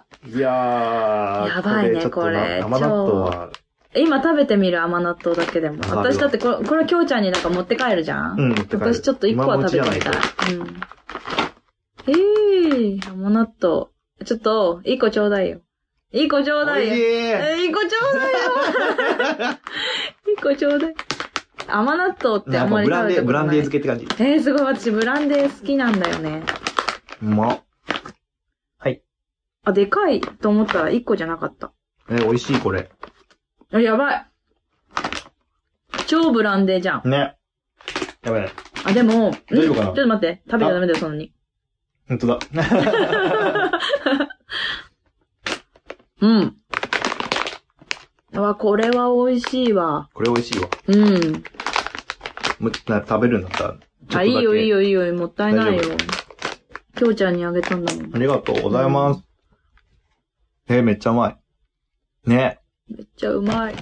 いやー。 やばいね、これ。 甘納豆は。 今食べてみる甘納豆だけでも。私だってこれきょうちゃんになんか持って帰るじゃん。私ちょっと1個は食べてみたい。甘納豆。ちょっと、1個ちょうだいよ。1個ちょうだいよ。1個ちょうだいよ。1個ちょうだい。甘納豆ってあんまり食べたことない。 ブランデー漬けって感じ。 すごい。私ブランデー好きなんだよね。 はい。 あ、でかいと思ったら1個じゃなかった。 美味しい、これ。 やばい。超ブランデーじゃん。 ね。やばい。 あ、でも、 大丈夫かな？ ちょっと待って。食べちゃダメだよ、そんなに。 ほんとだ。 これは美味しいわ。 これ美味しいわ。食べるんだったら。 あ、いいよ。もったいないよ。きょうちゃんにあげたんだもん。 ありがとうございます。めっちゃうまい。ね。 めっちゃうまい。い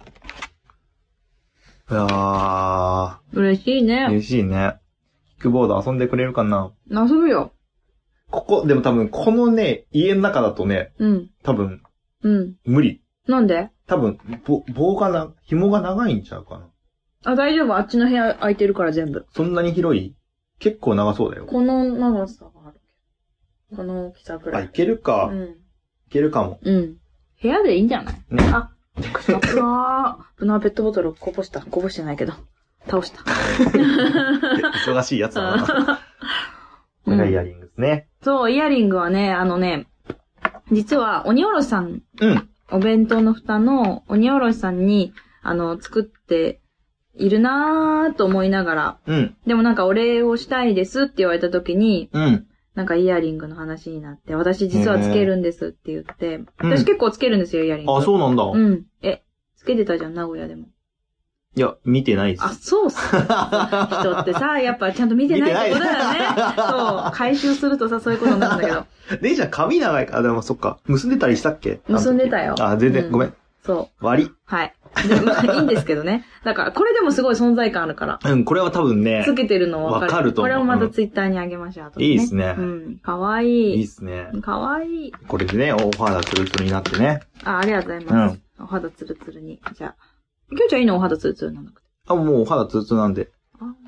やー。 嬉しいね。 嬉しいね。キックボード遊んでくれるかな？ 遊ぶよ。 でも多分、このね、家の中だとね、多分、無理。 なんで？ 多分、紐が長いんちゃうかな。 あ、大丈夫。あっちの部屋空いてるから全部。 そんなに広い？結構長そうだよ。 この長さがあるけど。この大きさくらい。 いけるか。いけるかも。 部屋でいいんじゃない？ね。あ、うわー。ペットボトルこぼしてないけど。倒した。 忙しいやつだな。これがイヤリングですね。 そう、イヤリングはね、実は、鬼おろしさん、お弁当の蓋の鬼おろしさんに、作っているなーと思いながら、でもなんかお礼をしたいですって言われた時に、なんかイヤリングの話になって、私実はつけるんですって言って、私結構つけるんですよ、イヤリング。 あ、そうなんだ。 つけてたじゃん、名古屋でも。 いや、見てないです。 あ、そうっす。人ってさ、やっぱちゃんと見てないってことだよね。そう。回収するとさ、そういうことになるんだけど。 じゃあ髪長いから、でもそっか。結んでたりしたっけ？ 結んでたよ。 あ、全然、ごめん。 そう。 割り。 はい。で、まあいいんですけどね。だから、これでもすごい存在感あるから。 うん、これは多分ね。 つけてるの分かる。 わかると思う。 これをまたツイッターにあげましょう。 いいですね。 うん。かわいい。 いいですね。 かわいい。 これでね、お肌ツルツルになってね。 ありがとうございます。お肌ツルツルに。じゃあ。きょうちゃんいいのお肌ツルツルなんだくて。 もうお肌ツルツルなんで。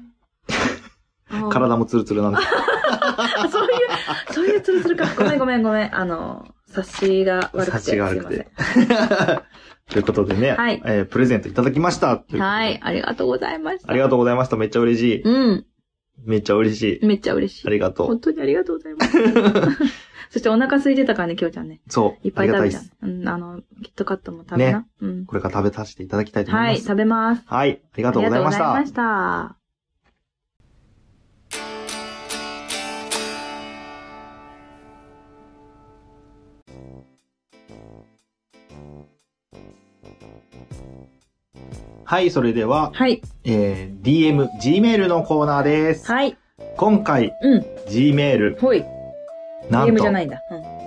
体もツルツルなんで。 そういうツルツルか。ごめん。察しが悪くて。察しが悪くて。 ということでね。はい。プレゼントいただきました。 はい。ありがとうございました。 ありがとうございました。めっちゃ嬉しい。 うん。 めっちゃ嬉しい。 めっちゃ嬉しい。 ありがとう。 本当にありがとうございます。そしてお腹空いてたからね、きょうちゃんね。 そう。 いっぱい食べちゃう。うん、キットカットも食べな。 ね。うん。これから食べさせていただきたいと思います。 はい、食べます。 はい。ありがとうございました。 ありがとうございました。 はい、それでは、 はい。 DM、Gmail のコーナーです。 はい。 今回、Gmail。 ほい。 なんと。 DM じゃないんだ。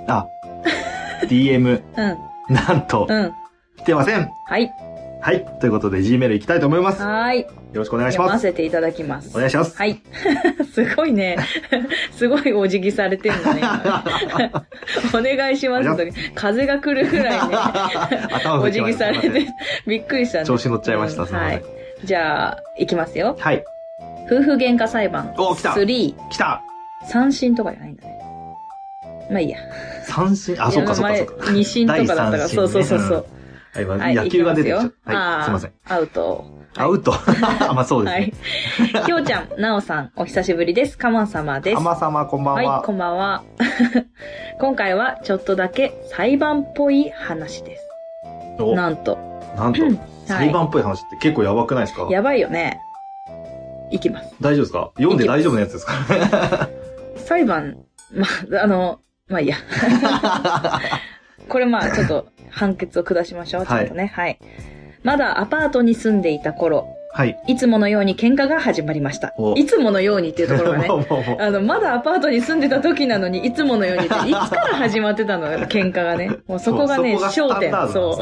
DM。なんと。来てません。 はい。 はい。ということで、Gmail 行きたいと思います。 はい。よろしくお願いします。 読ませていただきます。 お願いします。 はい。すごいね。すごいお辞儀されてるのね。お願いしますと。風が来るぐらいね。お辞儀されて、びっくりしたね。 調子乗っちゃいました、 はい。じゃあ、いきますよ。 はい。 夫婦喧嘩裁判。 お、来た。 3。 来た。 三審とかじゃないんだね。まあいいや。 三審あ、そうかそうかそうか。 二審とかだったから、そうそうそう。 はい、野球が出てきちゃった。はい、すいません。 アウト。 アウトまあそうですね。 はい。きょうちゃん、なおさん、お久しぶりです。かま様です。 かま様、こんばんは。 はい、こんばんは。今回はちょっとだけ裁判っぽい話です。なんと。 裁判っぽい話って結構やばくないですか？ やばいよね。いきます。 大丈夫ですか？読んで大丈夫なやつですか？ 裁判、まあいいや。これまあちょっと判決を下しましょう。ちょっとね。はい。まだアパートに住んでいた頃。はい。いつものように喧嘩が始まりました。いつものようにっていうところがね。まだアパートに住んでた時なのに、いつものようにって、いつから始まってたのよ、喧嘩がね。もうそこがね、焦点。そう。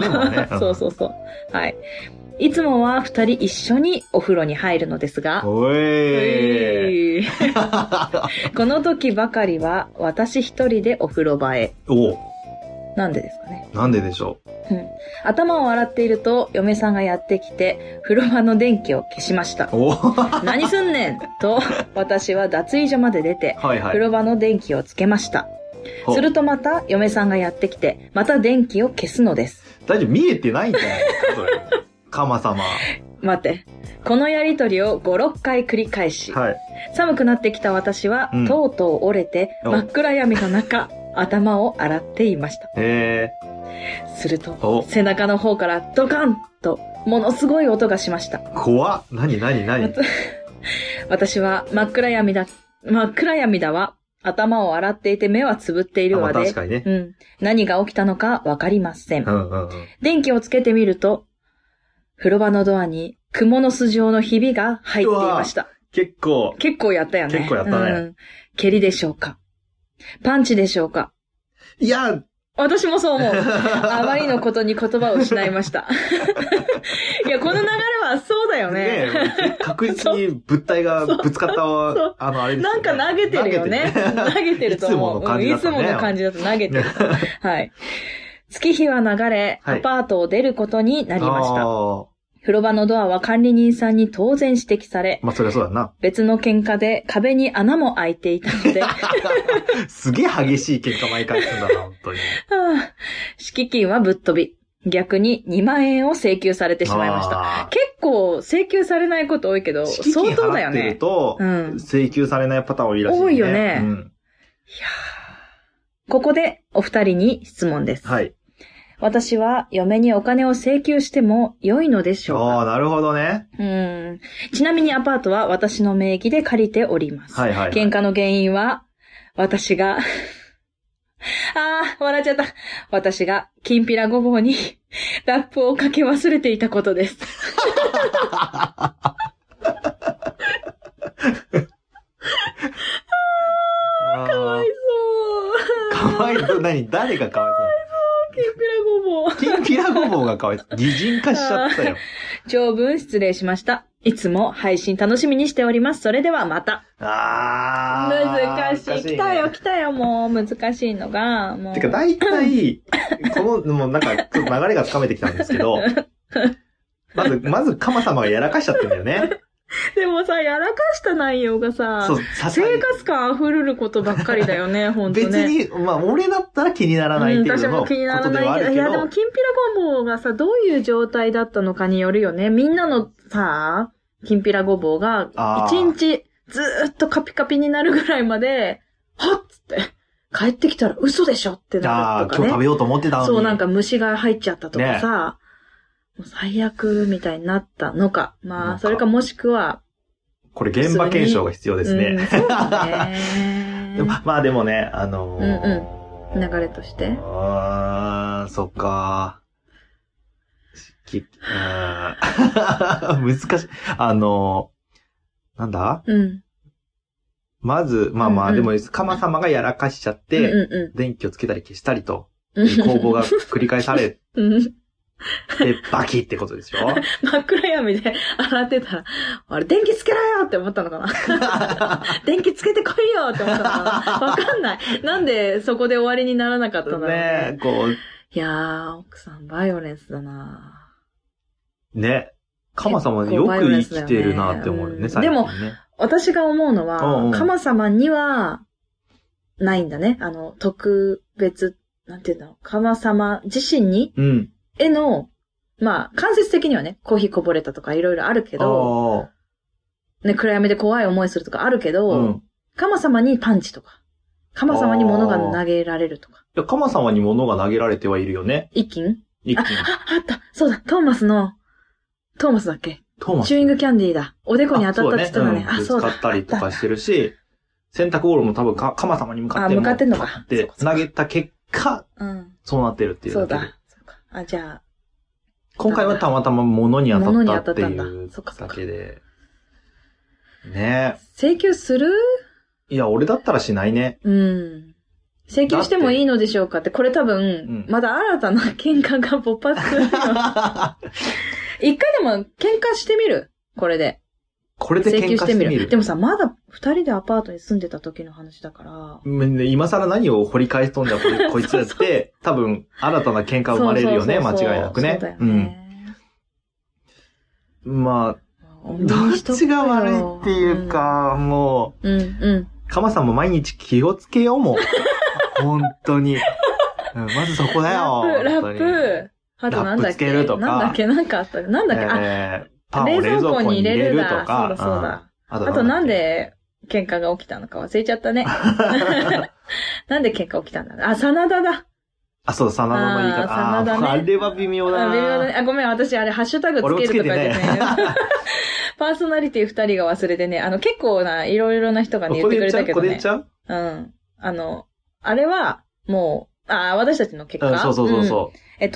そうそうそう。はい。いつもは二人一緒にお風呂に入るのですが、この時ばかりは私一人でお風呂場へ。なんでですかね。 なんででしょう。頭を洗っていると嫁さんがやってきて風呂場の電気を消しました。何すんねんと私は脱衣所まで出て風呂場の電気をつけました。するとまた嫁さんがやってきてまた電気を消すのです。 大丈夫、見えてないんじゃないですかそれ。かま様。 待って。このやりとりを5、6回繰り返し、寒くなってきた私は、とうとう折れて真っ暗闇の中、頭を洗っていました。すると、背中の方からドカンと、ものすごい音がしました。 怖っ。何私は真っ暗闇だわ。頭を洗っていて目はつぶっているわで、 確かにね。 何が起きたのかわかりません。電気をつけてみると、風呂場のドアに蜘蛛の巣状のひびが入っていました。 結構やったよね。 結構やったね。 蹴りでしょうか？パンチでしょうか？ いや、 私もそう思う。あまりのことに言葉を失いました。いや、この流れはそうだよね。 確実に物体がぶつかった、あれですよね。 なんか投げてるよね。投げてると思う。いつもの感じだと投げてる。はい。月日は流れ、アパートを出ることになりました。風呂場のドアは管理人さんに当然指摘され、 まあそりゃそうだな。 別の喧嘩で壁に穴も開いていたので、 すげえ激しい喧嘩毎回するんだな、本当に。 敷金はぶっ飛び、逆に2万円を請求されてしまいました。結構請求されないこと多いけど、相当だよね。 敷金払ってると、請求されないパターン多いらしいね。 多いよね。いやここでお二人に質問です。はい。私は嫁にお金を請求しても良いのでしょうか？ ああ、なるほどね。 ちなみにアパートは私の名義で借りております。喧嘩の原因は、私が、笑っちゃった。私が、きんぴらごぼうにラップをかけ忘れていたことです。かわいそう。 かわいそう。誰がかわいそう？ きんぴらごぼう。 きんぴらごぼうがかわいそう。擬人化しちゃったよ。 長文失礼しました。いつも配信楽しみにしております。それではまた。難しい。来たよ、もう。難しいのが、もう。 てか、大体、この、もうなんか、ちょっと流れがつかめてきたんですけど、まず、カマ様がやらかしちゃってんだよね。 でもさ、やらかした内容がさ、生活感溢れることばっかりだよね、ほんとね。 別に、まあ、俺だったら気にならないっていうのもことではあるけど。私も気にならないけど。 いや、でも、きんぴらごぼうがさ、どういう状態だったのかによるよね。みんなのさ、きんぴらごぼうが、一日ずーっとカピカピになるぐらいまで、はっつって、帰ってきたら嘘でしょってなるとかね。 今日食べようと思ってたのに。 そう、なんか虫が入っちゃったとかさ、もう最悪みたいになったのか。まあ、それかもしくは、 これ現場検証が必要ですね。 そうだね。 まあでもね、 流れとして。 そっか。難しい。なんだ？まず、まあでも、カマ様がやらかしちゃって、電気をつけたり消したりと、攻防が繰り返され、で、バキってことですよ。 真っ暗闇で洗ってたら、あれ、電気つけろよって思ったのかな電気つけてこいよって思ったのかなわかんない。なんでそこで終わりにならなかったんだろうね。いやー、奥さんバイオレンスだなね。 カマ様よく生きてるなって思うよね、最近ね。 でも、私が思うのは、カマ様には、ないんだね。特別、なんていうの、カマ様自身に、への、まあ、間接的にはね、コーヒーこぼれたとかいろいろあるけど、ね、暗闇で怖い思いするとかあるけど、カマ様にパンチとか、カマ様に物が投げられるとか。 いや、カマ様に物が投げられてはいるよね。 一斤あった。そうだ、トーマスだっけチューイングキャンディーだ。おでこに当たったって言ったのね。そうだ。 使ったりとかしてるし、洗濯ボールも多分カマ様に向かって向かってんのか。 って投げた結果、そうなってるっていうだけで。 そうだ。じゃあ。 今回はたまたま物に当たったっていうだけで。ねえ。 請求する？ いや、俺だったらしないね。 請求してもいいのでしょうかって、これ多分、まだ新たな喧嘩が勃発するよ。一回でも喧嘩してみる？これで。 これで喧嘩してみる。 でもさ、まだ二人でアパートに住んでた時の話だから。 今更何を掘り返しとんだこいつだって、多分、新たな喧嘩生まれるよね、間違いなくね。 そうだよね。 まあ、どっちが悪いっていうか、もう、カマさんも毎日気をつけようもん。本当に。まずそこだよ。 ラップ。あとなんだっけ？ ラップつけるとか。 なんかあった。なんだっけ？ パンを冷蔵庫に入れるとか。 そうだ。あとなんで喧嘩が起きたのか忘れちゃったね。なんで喧嘩起きたんだろう。あ、真田だ。 あ、そうだ、真田の言い方。 真田ね。 あれは微妙だな。 微妙だね。ごめん、私あれハッシュタグつけるとか言ってね。パーソナリティ2人が忘れてね、結構ないろいろな人がね、言ってくれたけどね。 これ言っちゃう？ あれは、もう、私たちの結果。 そう。ちょ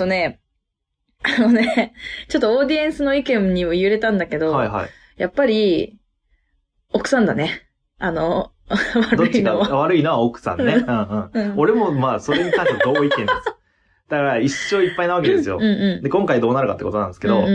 っとオーディエンスの意見にも揺れたんだけど、やっぱり、奥さんだね。悪いのは。 悪いのは奥さんね。俺もまあ、それに関しては同意見です。だから一生いっぱいなわけですよ。で、今回どうなるかってことなんですけど、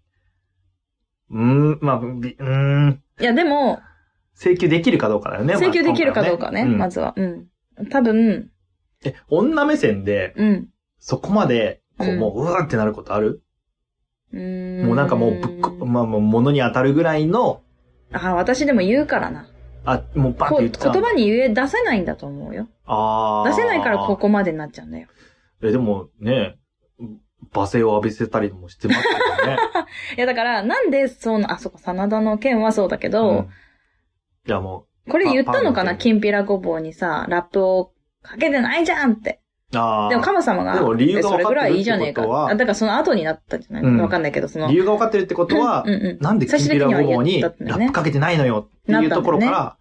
いや、でも、 請求できるかどうかだよね。 請求できるかどうかね、まずは。多分。 女目線で、そこまで、もう、うわーってなることある？もうなんかもうもう物に当たるぐらいの。 私でも言うからな。 もうバンって言っちゃう。 言葉に出せないんだと思うよ。出せないからここまでになっちゃうんだよ。 でもね、罵声を浴びせたりもしてますけどね。 いやだから、なんでそっか、真田の件はそうだけど、 いやもう。これ言ったのかな？きんぴらごぼうにさ、ラップをかけてないじゃんって。でも、カマ様が、 でも理由が分かってるってことは、 それぐらいいいじゃねえか。だからその後になったんじゃない？わかんないけど、 理由が分かってるってことは、なんできんぴらごぼうにラップかけてないのよっていうところから、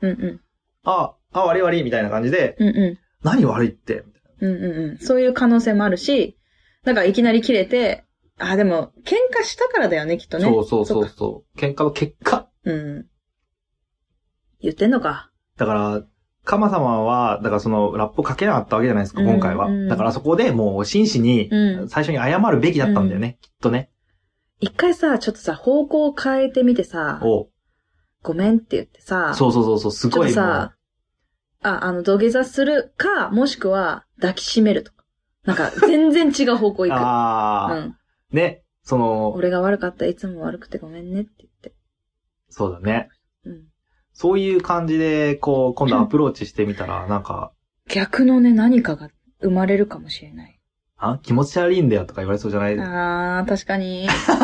悪いみたいな感じで、何悪いって。 そういう可能性もあるし、だからいきなり切れて、でも、喧嘩したからだよね、きっとね。 そう。喧嘩の結果。 言ってんのか。 だから、 カマ様は、だからそのラップをかけなかったわけじゃないですか、今回は。だからそこでもう真摯に、最初に謝るべきだったんだよね、きっとね。 一回さ、ちょっとさ、方向を変えてみてさ、ごめんって言ってさ、 そう、すごいもう。ちょっとさ、土下座するか、もしくは抱きしめるとか。なんか、全然違う方向行く。 ね、 俺が悪かった、いつも悪くてごめんねって言って。 そうだね。そういう感じで、今度アプローチしてみたら、なんか。 逆のね、何かが生まれるかもしれない。 気持ち悪いんだよとか言われそうじゃない？ 確かに。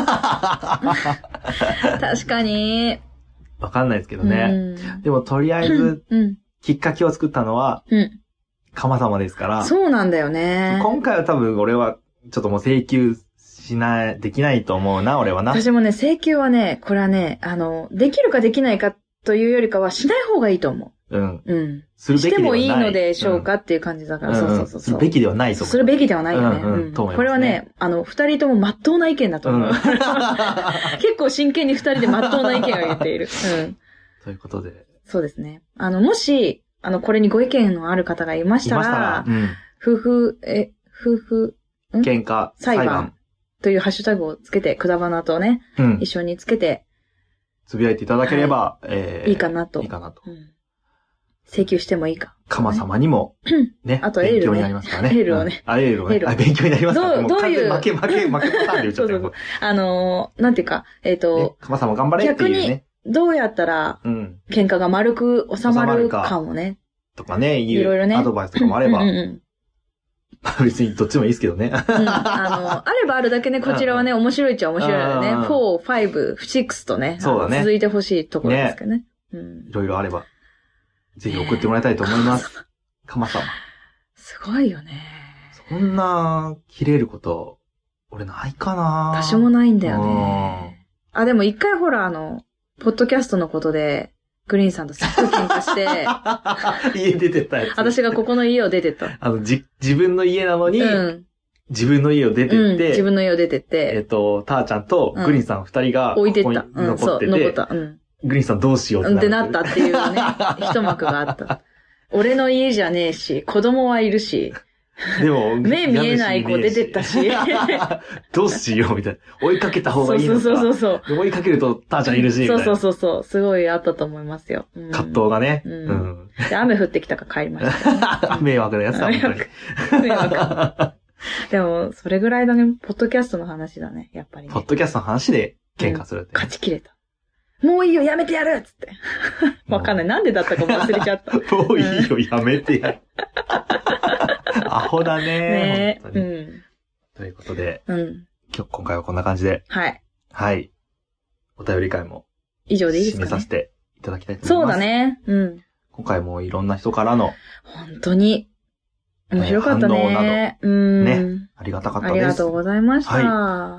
確かに。 わかんないですけどね。でも、とりあえず、きっかけを作ったのは、カマ様ですから。 そうなんだよね。 今回は多分俺は、ちょっともう請求できないと思うな、俺はな。 私もね、請求はね、これはね、できるかできないかというよりかは、しない方がいいと思う。するべきではない。してもいいのでしょうかっていう感じだから、そう。 するべきではないと思う。 するべきではないよね。これはね、二人とも真っ当な意見だと思う。結構真剣に二人で真っ当な意見を言っている。 ということで。 そうですね。もし、これにご意見のある方がいましたら、夫婦喧嘩裁判というハッシュタグをつけて、くだばなとね、一緒につけて、 つぶやいていただければ、 いいかなと。請求してもいいか。 カマ様にも、ね。 あとエールね。 勉強になりますからね。 エールをね。 エールをね。勉強になりますからね。 どういう。 負けパターンで言っちゃったよ。 なんていうか、 カマ様頑張れっていうね。 逆に、どうやったら、喧嘩が丸く収まるかもね。 とかね、 いろいろね。 アドバイスとかもあれば。別にどっちもいいですけどね。 あればあるだけね、こちらはね、面白いっちゃ面白いよね。4、5、6とね。 そうだね。 続いてほしいところですけどね。 いろいろあれば。ぜひ送ってもらいたいと思います。カマ様。すごいよね。 そんな、切れること、俺ないかな。 私もないんだよね。でも一回ほらポッドキャストのことで、グリーンさんとすっごい喧嘩して、 家出てったやつ。 私がここの家を出てった。 自分の家なのに、自分の家を出てって、 自分の家を出てって、 ターちゃんとグリーンさん二人が、 置いてった。 残ってて、 残った。 グリーンさんどうしようってなったっていうね、一幕があった。俺の家じゃねえし、子供はいるし、 でも、 目見えない子出てったし。 どうしようみたいな。追いかけた方がいいのか。 そう。 追いかけるとターちゃんいるし、みたいな。 そう。すごいあったと思いますよ。 葛藤がね。 で、雨降ってきたから帰りました。 迷惑なやつだ、本当に。 迷惑。でも、それぐらいだね。ポッドキャストの話だね、やっぱりね。 ポッドキャストの話で喧嘩するって。 勝ち切れた。もういいよ、やめてやるっつって。わかんない。なんでだったかも忘れちゃった。 もういいよ、やめてやる。アホだね。本当に。ということで、今回はこんな感じで。はい。お便り会も。 以上でいいですかね。 締めさせていただきたいと思います。 そうだね。 今回もいろんな人からの。 本当に。面白かったね。 ね。ありがたかったです。 ありがとうございました。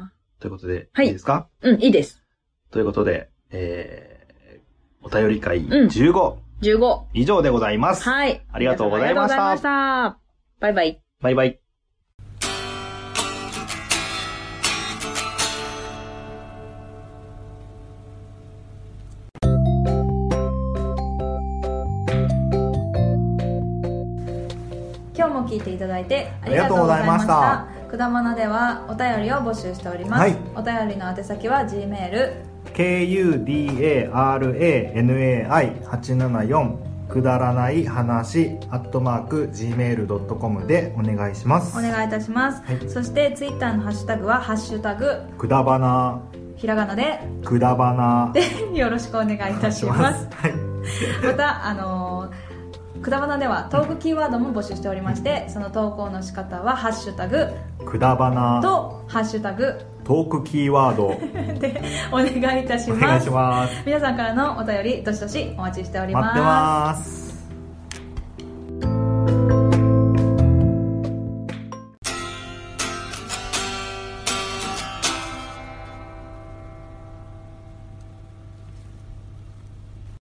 ということで、いいですか？ いいです。 ということで、お便り会15以上でございます。 はい。 ありがとうございました。 ありがとうございました。バイバイ。 バイバイ。 今日も聞いていただいてありがとうございました。くだまなではお便りを募集しております。お便りの宛先は Gmail kudaranai874くだらない話@gmail.com でお願いします。 お願いいたします。そしてツイッターのハッシュタグはハッシュタグくだばな、 ひらがなでくだばなでよろしくお願いいたします。またくだばなではトークキーワードも募集しておりまして、その投稿の仕方はハッシュタグくだばなとハッシュタグトークキーワードでお願いいたします。 お願いします。 皆さんからのお便りどしどしお待ちしております。 待ってます。